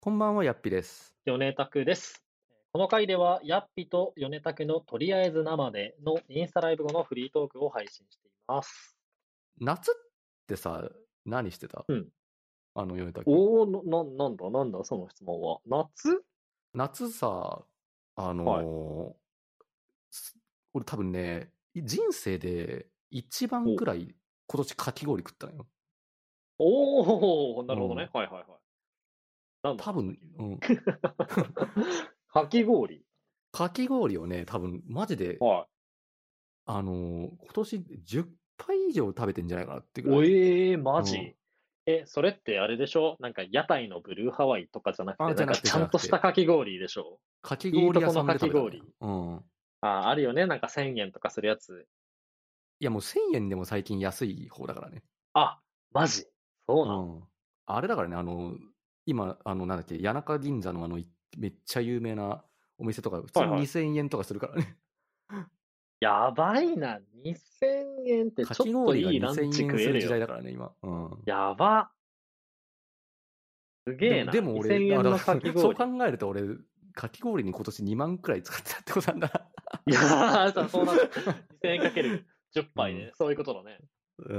こんばんは、やっぴです。 米拓です。この回では、ヤッピと米拓のとりあえず生でのインスタライブ後のフリートークを配信しています。 夏ってさ、何してた？ うん。 米竹。 おー、なんだ、その質問は。夏。 夏さ、あはい。 のーす俺多分ね、人生で一番お、 くらい今年かき氷食ったのよ。 おー、なるほどね。 うん。 はいはいはい。なんだ、 多分、うん。 かき氷。 かき氷をね、多分、マジで、 は今年10杯以上食べてんじゃないかなってい。 ぐらい。 マうん。 ジ。それってあれでしょ？なんか屋台のブルーハワイとかじゃなくて、 じゃなくてなんかちゃんとしたじゃなくて、 かき氷でしょ？ かきいい氷屋さんとこのかで食べたのよ。 き氷。 うん。 あるよね。なんか1000円とかするやつ。 いやもう1000円でも最近安い方だからね。 あ、マジ。そうなの？ うん。あれだからね、今、なんだっけ、谷中銀座のめっちゃ有名なお店とか、普通にはいはい。 2000円とかするからね。 やばいな。2000円ってかちょっとき氷がいいラン 2000 チ円する食えるよ。 時代だからね、今。うん。 やば。すげえな。 でも俺、 2000円のかきそう考氷。 えると俺、かき氷に今年2万くらい使ってたってことなんだいやー、そうなる。2000円かける10 な。うん。 杯で、そういうことだね。 うん。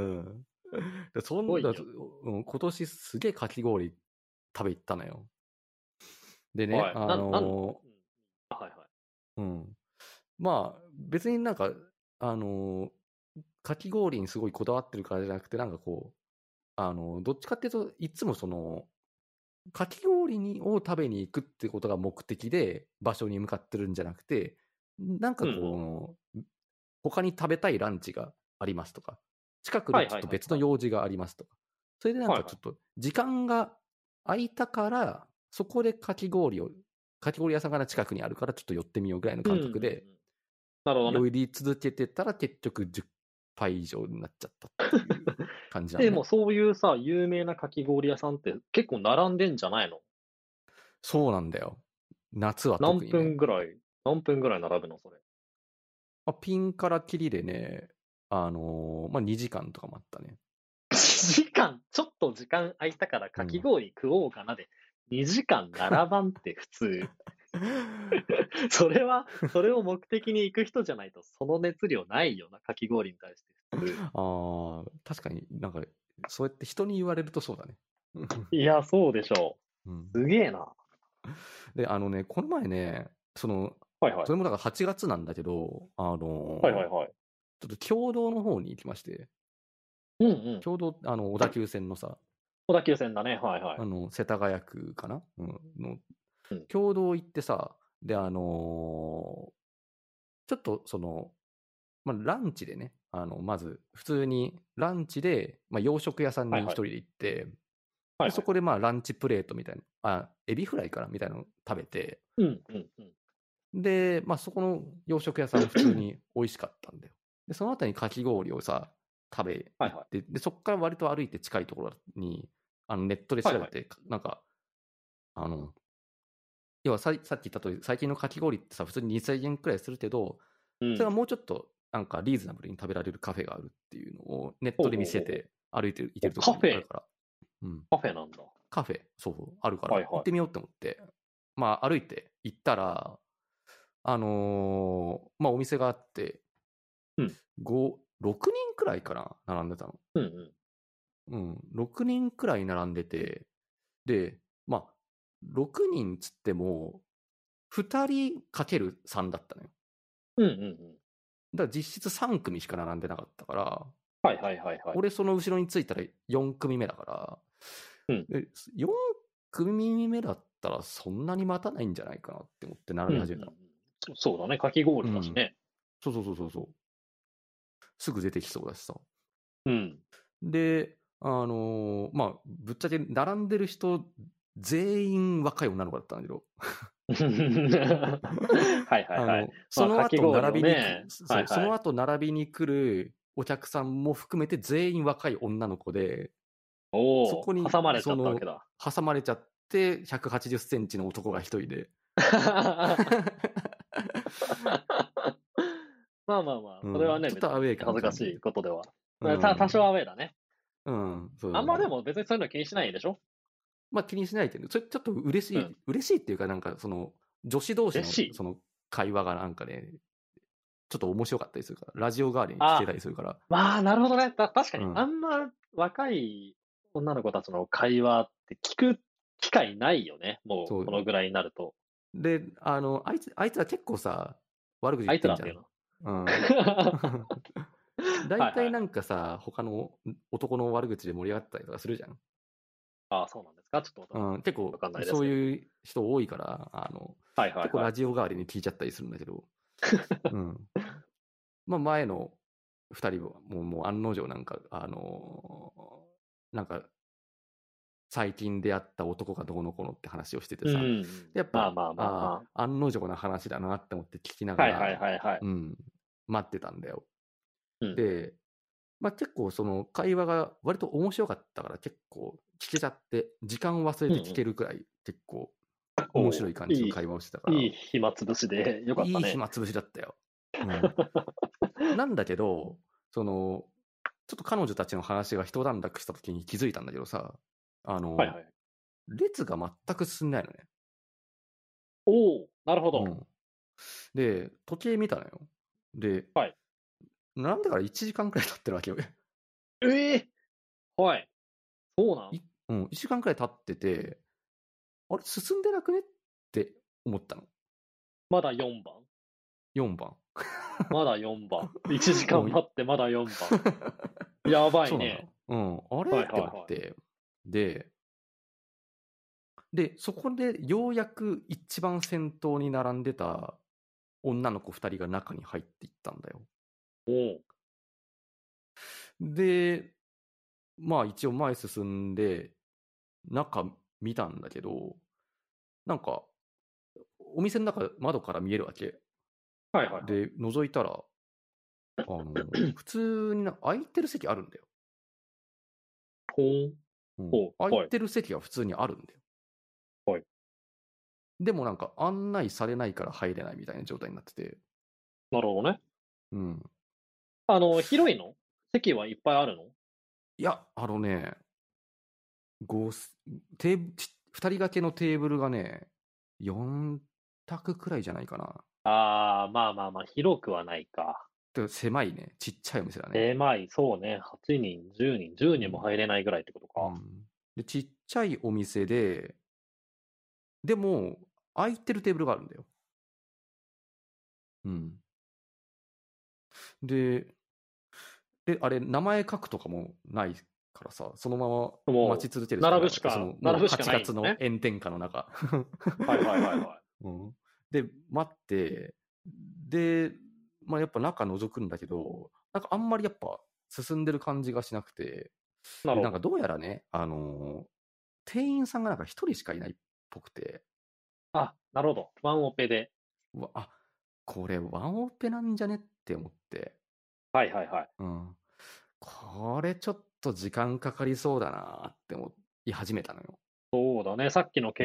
ですごいよ。 今年すげえかき氷食べ行ったのよ。でね、 はい。なんの、うん、はいはい。 うん。まあ、別になんか、あのかき氷にすごいこだわってるからじゃなくて、なんかこう、どっちかっていうと、いつもかき氷を食べに行くってことが目的で場所に向かってるんじゃなくて、なんかうんうん。 他に食べたいランチがありますとか、近くでちょっはいはいと別のはいはい。 用事がありますとか、それでなんはいはい。 かちょっと時間が空いたから、そこでかき氷屋さんが近くにあるからちょっと寄ってみようぐらいのうんうんうん。 感覚で、 なるほどね。 寄り続けてたら結局10杯以上になっちゃったっていう感じなのでね。 もそういうさ、有名なかき氷屋さんって結構並んでんじゃないの？ そうなんだよ。夏は何特にね。 分ぐらい、何分ぐらい並ぶのそれ？ ピンからキリでね、2時間とかもあったね。 2時間、ちょっと時間空いたからかきうん。 氷食おうかなで、2時間並ばんって普通。それを目的に行く人じゃないと、その熱量ないよな、かき氷に対して普通。 確かになんか、そうやって人に言われるとそうだね。 いや、そうでしょうん。 う。すげえな。 で、この前ね、 はいはい。 それもだから8月なんだけど、 はいはいはい。 ちょっと共同の方に行きまして、 うんうん。 共同、小田急線のさ、 小田急線だね。はいはい。 世田谷区かな、の、 うん。 共同行ってさ、で、ちょっとランチでね、まず、普通にランチで、洋食屋さんはいはい。 に一人で行って、で、 はいはい。 そこでランチプレートみたいな、エビフライかなみたいなのを食べて、 うんうんうん。 で、そこの洋食屋さん普通に美味しかったんだよ。で、その後にかき氷をさ、食べはいはい。 行って、で、そこから割と歩いて近いところに、ネットではいはい。 調べて、なんか、あの、要はさっき言った通り、最近のかき氷ってさ、普通に2000円くらいするけど、 うん。 それがもうちょっと、なんかリーズナブルに食べられるカフェがあるっていうのをネットほうで見ほうほうほう。 せて歩いていけお、 るところカフェ、 にあるから、うん。 カフェなんだ。 カフェ、そう、あるからはいはい。 行ってみようって思って、歩いて行ったら、お店があって、 うん。 6人くらいかな、並んでたの。 うんうん。 うん、6人くらい並んでて、で、6人つっても、2人かける3だったのよ。 うんうんうん。 だから実質3組しか並んでなかったから、 はいはいはいはい。 俺その後ろについたら4組目だから、 うん。 で4組目だったらそんなに待たないんじゃないかなって思って並うんうんうん。 び始めたの。 そうだね、かきうん。 氷だしね。 そうそうそうそうそう。すぐ出てきそうだしさ。 うん。 で、ぶっちゃけ並んでる人、全員若い女の子だったんだけど、 はいはいはい。まあ、 その後かき氷並びにく、 をね、はそう、そいはい。 の後並びに来るお客さんも含めて全員若い女の子で、そおお、 こに、 挟まれちゃったわけだ。 挟まれちゃって、180センチの男が一人で。 まあまあまあ、 うん、 それはね、 ちょっとアウェー別に恥ずかし感感じて。 いことでは。 う多少ん。 アウェイだね。 うん、そうあんまでそも別にそういうの気にしないでしょ？ まあ気にしないけど、それちょっと嬉しい、嬉しいっていうか、なんかその、女子同士嬉しいのその会話がなんかね、ちょっと面白かったりするから、ラジオ代わりに聞けあ、 たりするから、 まあ、なるほどね。確かに、 うん。 あんま若い女の子たちの会話って聞く機会ないよね。もう、 そう。 このぐらいになると。 で、あいつは結構さ、悪口言あってんじゃん。 いつらっていうの。 うん。大体なんはいはいはい。 かさ、他の男の悪口で盛り上がったりとかするじゃん。 ああ、そうなんですか。ちょっとうん、結構わかんないですけど。 そういう人多いから、結構はいはいはい。 ラジオ代わりに聞いちゃったりするんだけど、うん。まあ前の二人はもう案の定なんか、なんか最近出会った男がどうのこうのって話をしててうさ、 ん。 やっぱ、 まあまあまあま案の定な話だなって思って聞きなあ。はいはいがら、 はいはい。 うん、待ってたんだよ。 うん。 で、まあ結構その会話が割と面白かったから結構聞けちゃって、時間忘れて聞うんうん。 けるくらい結構面おお、 白い感じの会話をしてたから、 いい暇つぶしでよかったね。 いい暇つぶしだったよ。うん。なんだけど、その、ちょっと彼女たちの話が一段落した時に気づいたんだけどさ、あの、 はいはい。 列が全く進んでないのね。 おお、なるほど。 うん。で、時計見たのよ。で、 はい。 なんだから1時間くらい経ってるわけよ。 ええ、はい。そうなん？ うん、1時間くらい経ってて、あれ、進んでなくねって思ったの。 まだ4番？ 4番。 まだ4番。1時間うん。 待ってまだ4番。やばいね。 そうなのよ。うん。あはいれってはいはい。 思って。で、そこでようやく一番先頭に並んでた女の子2人が中に入っていったんだよ。 おお。 で、まあ一応前進んで、中見たんだけど、なんか、お店の中窓から見えるわけ。 はいはいはい。 で、覗いたら、普通に空いてる席あるんだよ。 ほう。 うん。 ほう、はい、 空いてる席が普通にあるんだよ。 はい。 でもなんか案内されないから入れないみたいな状態になってて。 なるほどね。 うん。 広いの？席はいっぱいあるの？ いや、ごすテーブ2人掛けのテーブルがね、4択くらいじゃないかな。 ああ、まあまあまあ、広くはないか。 で狭いね。ちっちゃいお店だね。 狭い、そうね。8人、10人、10人もうん。 入れないぐらいってことか。 うん。で、ちっちゃいお店で、でも、空いてるテーブルがあるんだよ。うん。で、あれ、名前書くとかもないからさ、そのままも待ち続けるう、並しかないわけ。 ぶしか、 もう並ぶしか 8月ないんだね。 の炎天下の中。 はいはいはいはい。 うん、で、待って、で、まあやっぱ中覗くんだけど、なんかあんまりやっぱ進んでる感じがしなくて、で、 なるほど。 なんかどうやらね、店員さんがなんか一人しかいないっぽくて、 あ、なるほど。ワンオペで。 これワンオペなんじゃねって思って、 はいはいはい。 うん。これちょっと時間かかりそうだなって思い始めたのよ。 そうだね。さっきのうん。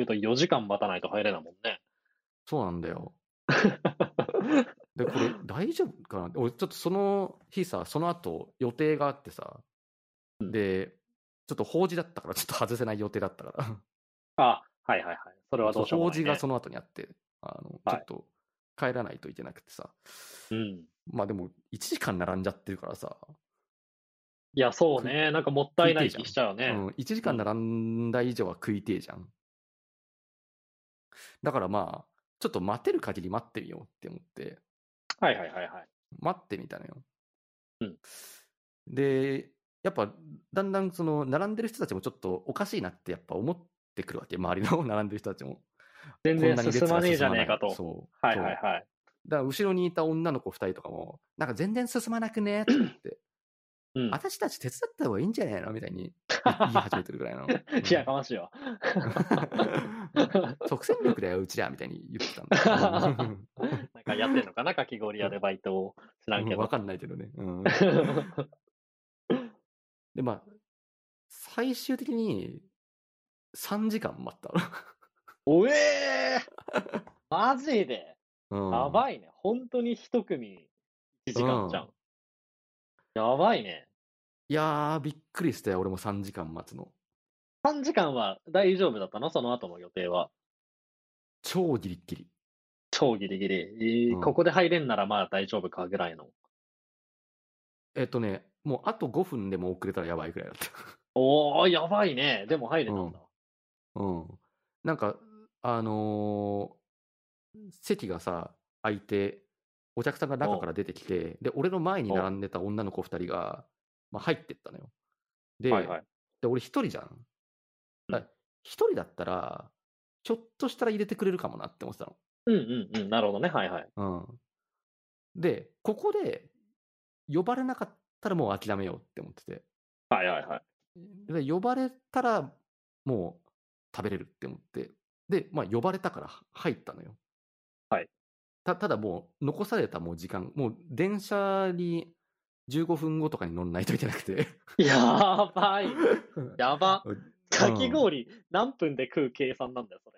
計算で言うと4時間待たないと入れないもんね。 そうなんだよ。で、これ大丈夫かな俺ちょっとその日さ、その後予定があってさ、 うん。 で、ちょっと法事だったから、ちょっと外せない予定だったから、 あ、はいはいはい。それはどうしようも法ないね。 事がその後にあって、ちょはい。 っと帰らないといけなくてさ、 うん。 まあでも1時間並んじゃってるからさ、 いや、そう食い、 ね。なんかもったいない気し食いてえじゃん。 ちゃうね。 うん、1時間うん。 並んだ以上は食いてえじゃん。だからまあ、ちょっと待てる限り待ってみようって思って、 はいはいはいはい。 待ってみたのよ。 うん。 で、やっぱ、だんだんその、並んでる人たちもちょっとおかしいなってやっぱ思ってくるわけ。周りの並んでる人たちも。 全然こんなに列が進まねえじゃ進まない。 ねえかと。 そう、 はいはいそはい。 う。だから後ろにいた女の子2人とかも、なんか全然進まなくねとか言って、 うん。 私たち手伝った方がいいんじゃないのみたいに言い始めてるぐらいなの。ういやん。 かましいわ。 即戦力だよ、うちらみたいに言ってたんだよ。 なんかやってんのかなかき氷屋でバイトを。知らんけど。 わかんないけどね。うん。で、まあ、最終的に3時間待ったの。 おえー、マジでうん。 やばいね。本当に一組1 う時間じゃん。 ん。 やばいね。 いやー、びっくりしたよ、俺も3時間待つの。 3時間は大丈夫だったの？その後の予定は。 超ギリッギリ。 超ギリギリ。こうん。 こで入れんならまあ大丈夫かぐらいの。 もうあと5分でも遅れたらやばいくらいだった。 おー、やばいね。でも入れたんだ。 うん。なんか、あの席がさ、空いて、お客さんが中おうから出てきて、で、俺の前におう並んでた女の子2人が、まあ、入ってったのよ。で、 はいはい。 俺1人じゃん。 うん。 1人だったら、ちょっとしたら入れてくれるかもなって思ってたうんうんうん。なるほどね。はいはい。 の。うん。で、ここで呼ばれなかったらもう諦めようって思ってて。 はいはいはい。 で、呼ばれたらもう食べれるって思って。で、まあ呼ばれたから入ったのよ。 はい。 ただもう残されたもう時間、もう電車に15分後とかに乗んないといけなくて。 やばいね。やば。かきうん。 氷何分で食う計算なんだよ、それ。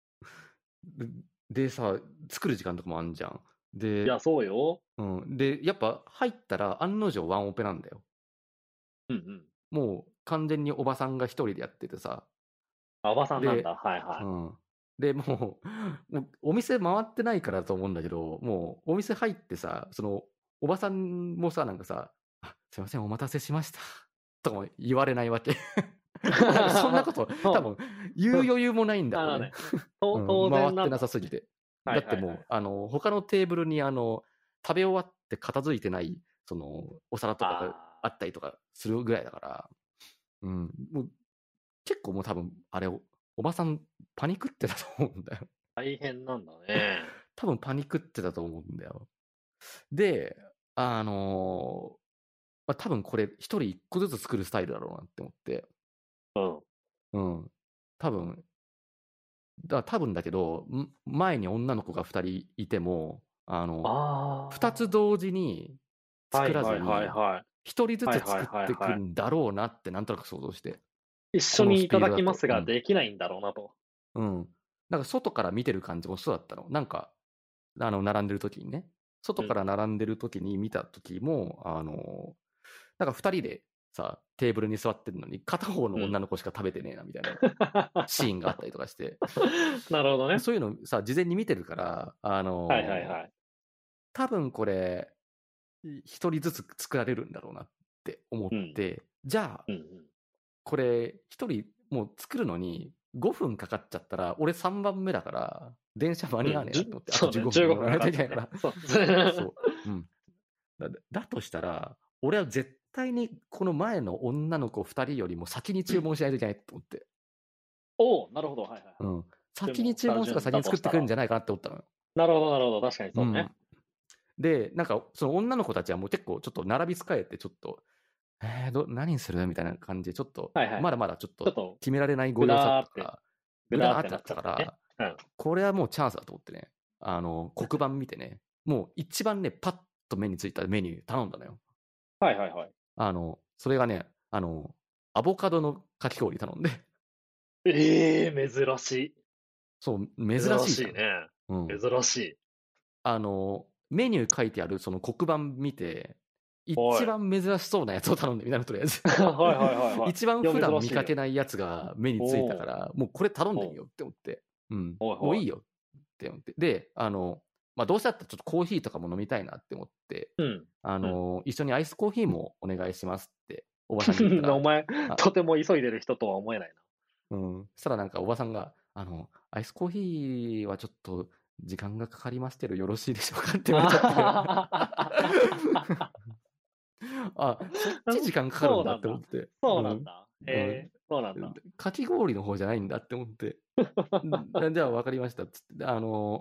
でさ、作る時間とかもあんじゃん。で、 いや、そうよ。 で、やっぱ入ったら案の定ワンオペなんだよ。 うんうん。 もう完全におばさんが一人でやっててさ。 あおばさんなんで、 だ。はいはい。 うん。で、もうお店回ってないからだと思うんだけど、もうお店入ってさ、その、おばさんもさ、なんかさ、すいません、お待たせしました。とかも言われないわけ。もうなんかそんなこと、多分、言う余裕もないんだろうね。 当回ってな然なんだ。 さすぎて。 はいはいはい。 だってもう、他のテーブルに食べ終わって片付いてない、その、お皿とかがああったりとかするぐらいだから、もう結構もう多分、あれ、おばさんパニクってたと思うんだよ。 大変なんだね。 多分パニクってたと思うんだよ。で、あのまあ、多分これ一人一個ずつ作るスタイルだろうなって思って、 うん。 うん。多分、多分だけど、前に女の子が2人いても、2つあ同時にあ。は作いはいはいらずに、 はい。 1人ずはいはいつ作ってくはいはい。 んだろうなってなんとなく想像して、 一緒このスにいただきまピードだと。 すができないんだろうなと。 うん。なんか外から見てる感じもそうだったの。なんか、並んでる時にね。外からうんうん。 並んでる時に見た時も、なんか2人でさ、テーブルに座ってるのに、片方のうん。 女の子しか食べてねえなみたいなシーンがあったりとかして、 なるほどね。 そういうのさ、事前に見てるから、 はいはいはい。 多分これ、一人ずつ作られるんだろうなって思っうん。 て、じゃあ、 うんうん。 これ、一人もう作るのに5分かかっちゃったら、俺3番目だから、電車間に合わねえなって思って、あとそうね、 15分 15 乗らない分かかっちゃうね。 といけないから。 そう。 そう。だとしたら、俺は絶対にこの前の女の子2人よりも先に注文しないといけないと思って。 おお、なるほど、はいはいはい。 うん。 注先に注文するか文した順先に作ってくるんだとしたら。 じゃないかなって思ったのよ。 なるほどなるほど、確かにそうね。 うん。で、なんか、その女の子たちはもう結構ちょっと並び替えて、ちょっと、何するみたいな感じで、ちょっと、 はいはいはい。 まだまだちょっとちょっと、 決められないごぐ様子だっだーって、 たから、 ぐだーってなっぐだーってなってちゃってね。 たから、 うん。 これはもうチャンスだと思ってね、黒板見てね、もう一番ね、パッと目についたメニュー頼んだのよ。 はいはいはい。 それがね、アボカドのかき氷頼んで、 ええ、珍しい。 そう、珍珍しいじゃん。 しいね。 うん。 珍しい。 メニュー書いてあるその黒板見て、一はい。 番珍しそうなやつを頼んでみたいな、とりあえず。 はいはいはいはい。 一番いや、 普段見珍しいよ。 かけないやつが目についたおお、 から、もうこれ頼んでおお、 みようって思って。うん。 はいはい。 もういいよって思って。で、まあ、どうせだったらちょっとコーヒーとかも飲みたいなって思って、 うん。うん。 一緒にアイスコーヒーもお願いしますっておばさんに言ったおら、 前、 あ、 とても急いでる人とは思えないそしたらなんかおばさんが、アイスコーヒーはちょっと時間がかかりますけどよろしいでしょうかって言われちゃって。 な。 そっち時間かかるんだそうなんだ。 って思って。 そうなんだ。へうん。 え、そうなんだ。 かき氷の方じゃないんだって思って。じゃあ分かりましたっつって。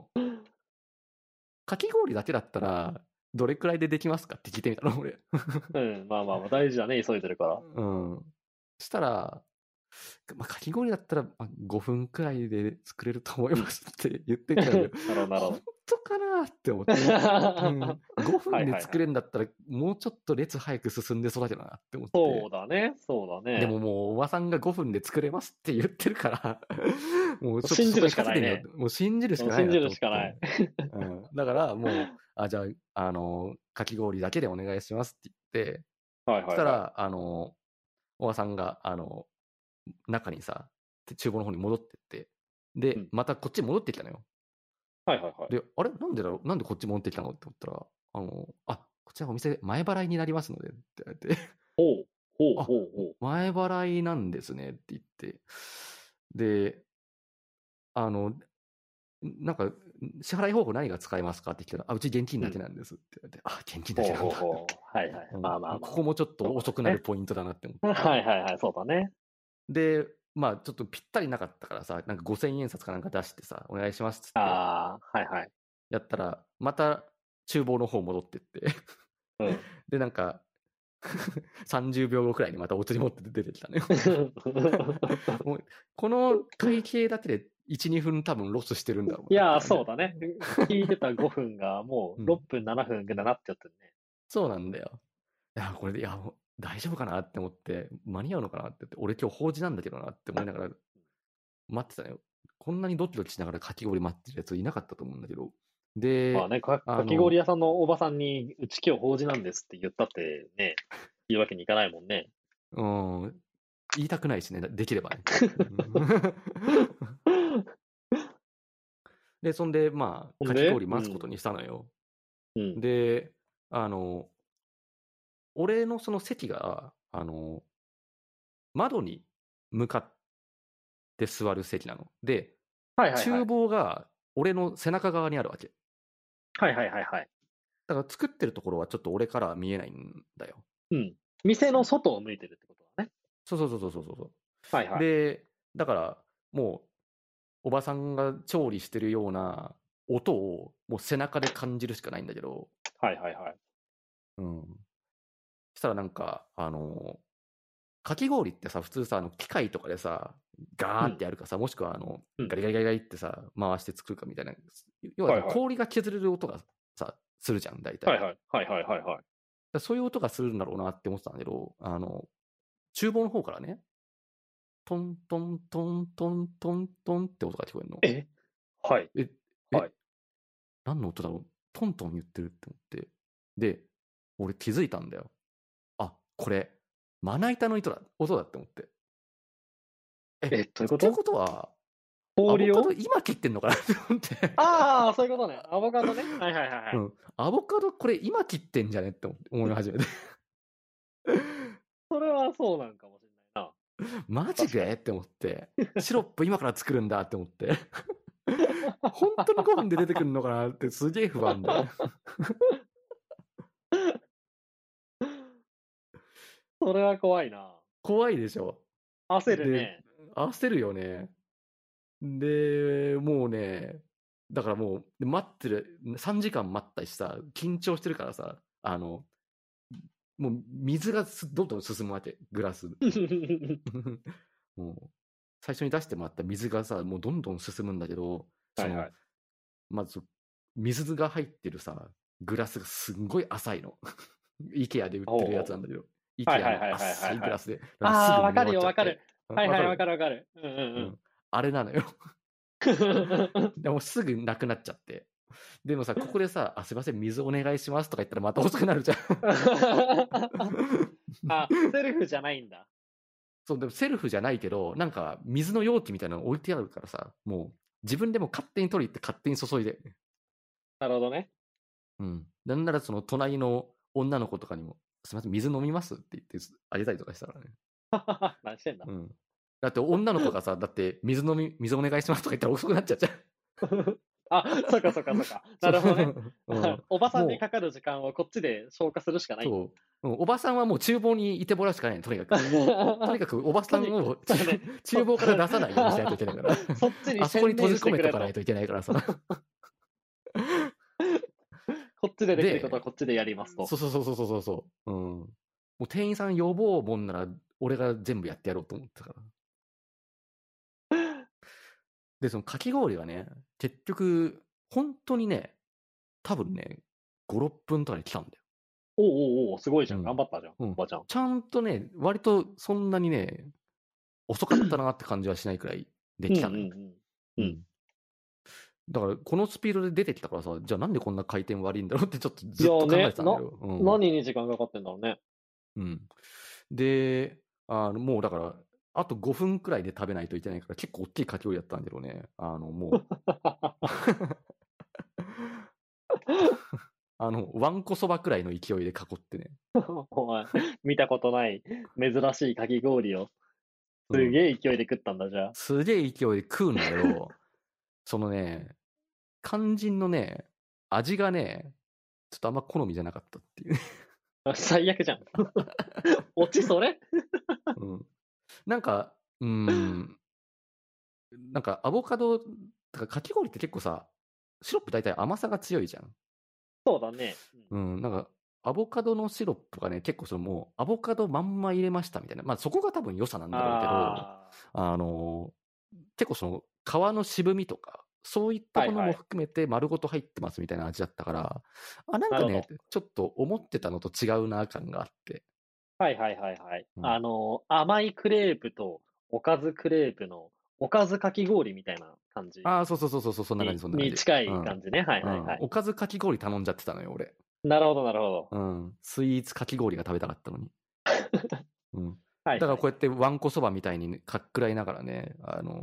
かき氷だけだったら、どれくらいでできますかって聞いてみたの、俺。 うん、まあまあまあ、大事だね、急いでるから。 うん。したら、まあ、かき氷だったら、5分くらいで作れると思いますって言ってきたんだけど、 なるほどなるほ本ど。 当かなって思って。5分で作はいはいはい。 れるんだったら、もうちょっと列早く進んでそうだけどなって思って。 そうだね、そうだね。 でももう、おばさんが5分で作れますって言ってるからもうちょっと信じるそこ行しかないね。 かせてみよう。もう信じるしかない信じなと思って。 るしかない。 だからもう、じゃあ、かき氷だけでお願いしますって言って、 はいはいはい。 そしたら、おばさんが、 中にさ、厨房の方に戻ってって、で、またこっちに戻ってきたのよ。 はいはいはい。 で、あれなんでだろうなんでこっち戻ってきたのって思ったら、こちらお店前払いになりますのでって言われて、 ほう、ほう、 あ、 ほう、ほう。 前払いなんですねって言って、で、なんか、支払い方法何が使えますかって聞いたら、うち現金だけなんですって言われて、現金だけなんだ。 ほう。はいはい。まあまあまあ。 ここもちょっと遅くなるポイントだなって思って。 はいはいはい、そうだね。 で、まあちょっとぴったりなかったからさ、なんか5000円札かなんか出してさ、お願いしますっつって。 はいはい。 やったら、また厨房の方戻ってってで、なんか、30秒後くらいにまたお釣り持って出てきたのよもうこの会計だけで1、2分多分ロスしてるんだろうな。 いや、そうだね。聞いてた5分がもう6分、7分ぐらいなっちゃってるね。 そうなんだよ。いや、これで、大丈夫かなって思って、間に合うのかなって言って、俺今日法事なんだけどなって思いながら待ってたのよ。こんなにドキドキしながらかき氷待ってるやついなかったと思うんだけど。で、 まあね、かき氷屋さんのおばさんに、うち今日法事なんですって言ったってね、言うわけにいかないもんね。 言いたくないしね、できればね。で、そんで、まあ、かき氷待つことにしたのよ。で、俺のその席が、窓に向かって座る席なの。で、厨房が俺の背中側にあるわけ。 はいはいはいはい。 だから作ってるところはちょっと俺からは見えないんだよ。 店の外を向いてるってことだね。 そう。はいはい。で、だから、もう、おばさんが調理してるような音をもう背中で感じるしかないんだけど。 はいはいはい。 そしたらなんか、かき氷ってさ、普通さ、機械とかでさ、ガーってやるかさ、もしくはガリガリガリガリってさ、回して作るかみたいな。要は氷が削れる音がさ、するじゃん、大体。はい。そういう音がするんだろうなって思ってたんだけど、厨房の方からね、トントントントントントンって音が聞こえるの。 はい。 何の音だろうトントン言ってるって思って。で、俺気づいたんだよ。これ、まな板の音だって思って。 どういうこと？ ってことは、アボカド今切ってんのかなって思って。 そういうことね。アボカドね。はいはいはい。 アボカドこれ今切ってんじゃねって思い始めて。 それはそうなんかもしれないな。マジでって思って。シロップ今から作るんだって思って。本当に5分で出てくるのかなってすげえ不安だ。 それは怖いな。 怖いでしょ。 焦るね。 焦るよね。で、もうね、だからもう待ってる、3時間待ったしさ、緊張してるからさ、もう水がどんどん進むわけ、グラス。もう最初に出してもらった水がさ、もうどんどん進むんだけど、まず水が入ってるさ、グラスがすんごい浅いの。IKEA で売ってるやつなんだけど、IKEA の浅いグラスで。 わかるよ、わかる。はいはい、わかるわかる。 あれなのよ。でもすぐなくなっちゃって。でもさ、ここでさ、すいません、水お願いしますとか言ったらまた遅くなるじゃん。 セルフじゃないんだ。 そう、でもセルフじゃないけど、なんか水の容器みたいなの置いてあるからさ、もう自分でも勝手に取り入って勝手に注いで。 なるほどね。 なんならその隣の女の子とかにも、すみません、水飲みますって言ってあげたりとかしたからね。 何してんだ。 だって女の子がさ、だって水お願いしますとか言ったら遅くなっちゃうじゃん。 そうか。なるほどね。おばさんにかかる時間をこっちで消化するしかない。 そう。おばさんはもう厨房にいてもらうしかないとにかく。とにかくおばさんを厨房から出さないようにしないといけないから。 そっちにあそこに閉じ込めとかないといけないからさ。 こっちでできることはこっちでやりますと。 そう。もう店員さん呼ぼうもんなら、俺が全部やってやろうと思ったから。で、そのかき氷はね、結局、本当にね、多分ね、5、6分とかで来たんだよ。 お、すごいじゃん。頑張ったじゃん、おばちゃん。 ちゃんとね、割とそんなにね、遅かったなって感じはしないくらいできたのよ。だから、このスピードで出てきたからさ、じゃあなんでこんな回転悪いんだろうってちょっとずっと考えてたんだよ。 何に時間かかってんだろうね。 で、もうだから、 あと5分くらいで食べないといけないから、結構大きいかき氷だったんだけどね。もう、わんこそばくらいの勢いで囲ってね。 お前、見たことない珍しいかき氷をすうん。 げえ勢いで食ったんだ、じゃあ。 すげえ勢いで食うんだけど、そのね、肝心のね、味がね、ちょっとあんま好みじゃなかったっていう。 最悪じゃん。オチそれうん。なんか、なんかアボカド、とかかき氷って結構さ、シロップ大体甘さが強いじゃん。 そうだね。 なんか、アボカドのシロップがね、結構そのもう、アボカドまんま入れましたみたいな。まあそこが多分良さなんだろうけど、 あ結構その皮の渋みとか、そういったものもはいはい。 含めて丸ごと入ってますみたいな味だったから、なんかね、 なるほど。 ちょっと思ってたのと違うな感があって。 はいはいはいはい。 うん。 甘いクレープとおかずクレープのおかずかき氷みたいな感じああ、そうそうそうそう、そんな感じ、そんな感じ。 近うん。 い感じね。はいうん。 はいはい。 おかずかき氷頼んじゃってたのよ、俺。 なるほどなるほど。 うん。スイーツかき氷が食べたかったのに。うん。 はいはい。 だからこうやってわんこそばみたいにねかっくらいながらね、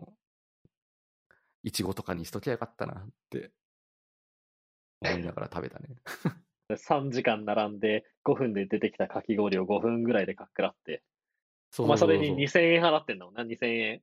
いちごとかにしときゃよかったなって思いながら食べたね。 3時間並んで5分で出てきたかき氷を5分ぐらいでかっくらって。 そうそうお前それにそうそう。 2000円払ってんだもんな、2000円。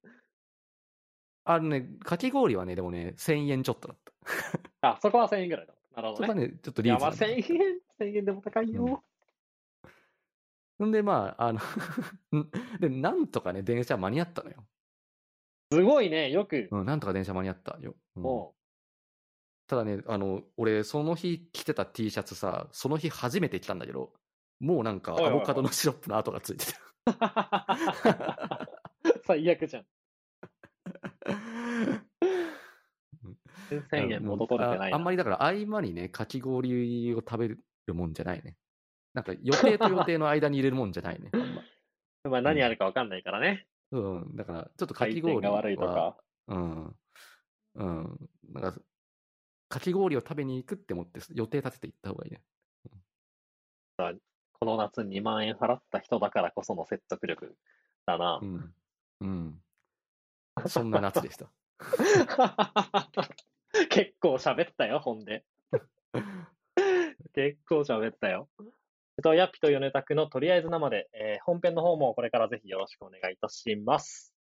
かき氷はね、でもね、1000円ちょっとだった。 あ、そこは1000円ぐらいだ。なるほどね。 そこはね、ちょっといや、まあリーズナブル 1000円、 だった。 1000円でも高いうん。 よ。 んで、まあ、で、なんとかね、電車間に合ったのよ。 すごいね、よく。 うん、なんとか電車間に合ったよ。うん。 もただね、俺、その日着てた T シャツさ、その日初めて着たんだけど、もうなんかう、おいおいおい。 アボカドのシロップの跡がついてた。 最悪じゃん。1000円もう元取れてないな。 あんまりだから合間にね、かき氷を食べるもんじゃないね。なんか予定と予定の間に入れるもんじゃないね、あんま。 まあ何あるかわかんないからね。 だから、ちょっとか回き転が悪氷は、 いとか。 うん、なんか、かき氷を食べに行くって思って予定立てて行った方がいいね。 この夏2万円払った人だからこその説得力だな。 うん。うん。そんな夏でした。 結構喋ったよ、ほんで。結構喋ったよ。ヤッピとヨネタクのとりあえず生で、本編の方もこれからぜひよろしくお願いいたします。